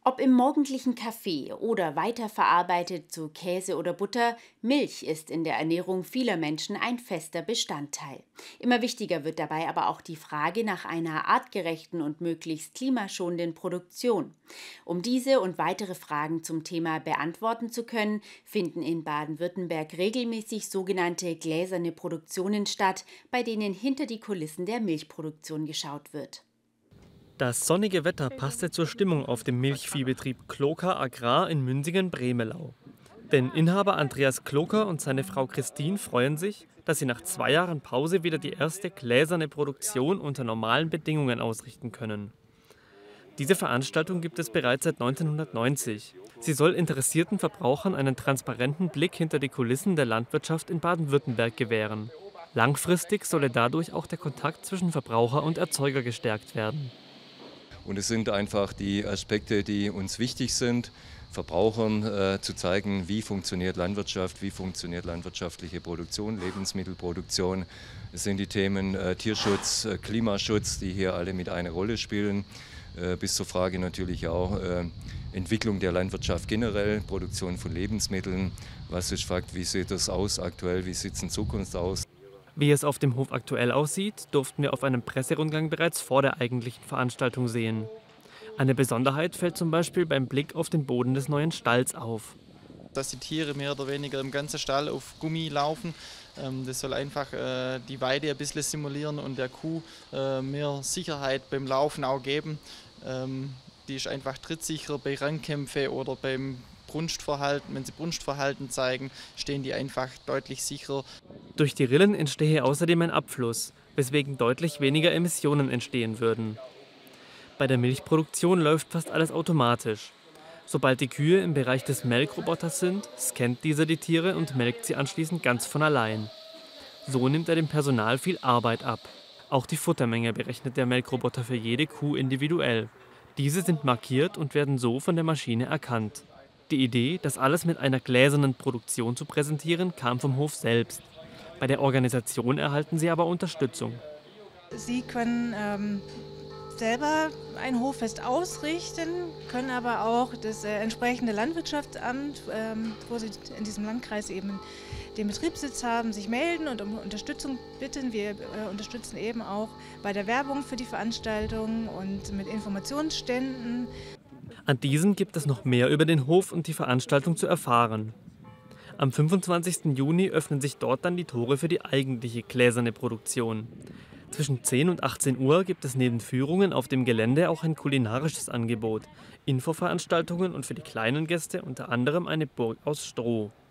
Ob im morgendlichen Kaffee oder weiterverarbeitet zu Käse oder Butter, Milch ist in der Ernährung vieler Menschen ein fester Bestandteil. Immer wichtiger wird dabei aber auch die Frage nach einer artgerechten und möglichst klimaschonenden Produktion. Um diese und weitere Fragen zum Thema beantworten zu können, finden in Baden-Württemberg regelmäßig sogenannte gläserne Produktionen statt, bei denen hinter die Kulissen der Milchproduktion geschaut wird. Das sonnige Wetter passte zur Stimmung auf dem Milchviehbetrieb Kloker Agrar in Münsingen-Bremelau. Denn Inhaber Andreas Kloker und seine Frau Christine freuen sich, dass sie nach 2 Jahren Pause wieder die erste gläserne Produktion unter normalen Bedingungen ausrichten können. Diese Veranstaltung gibt es bereits seit 1990. Sie soll interessierten Verbrauchern einen transparenten Blick hinter die Kulissen der Landwirtschaft in Baden-Württemberg gewähren. Langfristig solle dadurch auch der Kontakt zwischen Verbraucher und Erzeuger gestärkt werden. Und es sind einfach die Aspekte, die uns wichtig sind, Verbrauchern zu zeigen, wie funktioniert Landwirtschaft, wie funktioniert landwirtschaftliche Produktion, Lebensmittelproduktion. Es sind die Themen Tierschutz, Klimaschutz, die hier alle mit eine Rolle spielen, bis zur Frage natürlich auch Entwicklung der Landwirtschaft generell, Produktion von Lebensmitteln. Was ist Fakt, wie sieht das aus aktuell, wie sieht es in Zukunft aus? Wie es auf dem Hof aktuell aussieht, durften wir auf einem Presserundgang bereits vor der eigentlichen Veranstaltung sehen. Eine Besonderheit fällt zum Beispiel beim Blick auf den Boden des neuen Stalls auf. Dass die Tiere mehr oder weniger im ganzen Stall auf Gummi laufen. Das soll einfach die Weide ein bisschen simulieren und der Kuh mehr Sicherheit beim Laufen auch geben. Die ist einfach trittsicherer bei Rangkämpfen oder beim Brunstverhalten. Wenn sie Brunstverhalten zeigen, stehen die einfach deutlich sicherer. Durch die Rillen entstehe außerdem ein Abfluss, weswegen deutlich weniger Emissionen entstehen würden. Bei der Milchproduktion läuft fast alles automatisch. Sobald die Kühe im Bereich des Melkroboters sind, scannt dieser die Tiere und melkt sie anschließend ganz von allein. So nimmt er dem Personal viel Arbeit ab. Auch die Futtermenge berechnet der Melkroboter für jede Kuh individuell. Diese sind markiert und werden so von der Maschine erkannt. Die Idee, das alles mit einer gläsernen Produktion zu präsentieren, kam vom Hof selbst. Bei der Organisation erhalten sie aber Unterstützung. Sie können selber ein Hoffest ausrichten, können aber auch das entsprechende Landwirtschaftsamt, wo sie in diesem Landkreis eben den Betriebssitz haben, sich melden und um Unterstützung bitten. Wir unterstützen eben auch bei der Werbung für die Veranstaltung und mit Informationsständen. An diesen gibt es noch mehr über den Hof und die Veranstaltung zu erfahren. Am 25. Juni öffnen sich dort dann die Tore für die eigentliche gläserne Produktion. Zwischen 10 und 18 Uhr gibt es neben Führungen auf dem Gelände auch ein kulinarisches Angebot, Infoveranstaltungen und für die kleinen Gäste unter anderem eine Burg aus Stroh.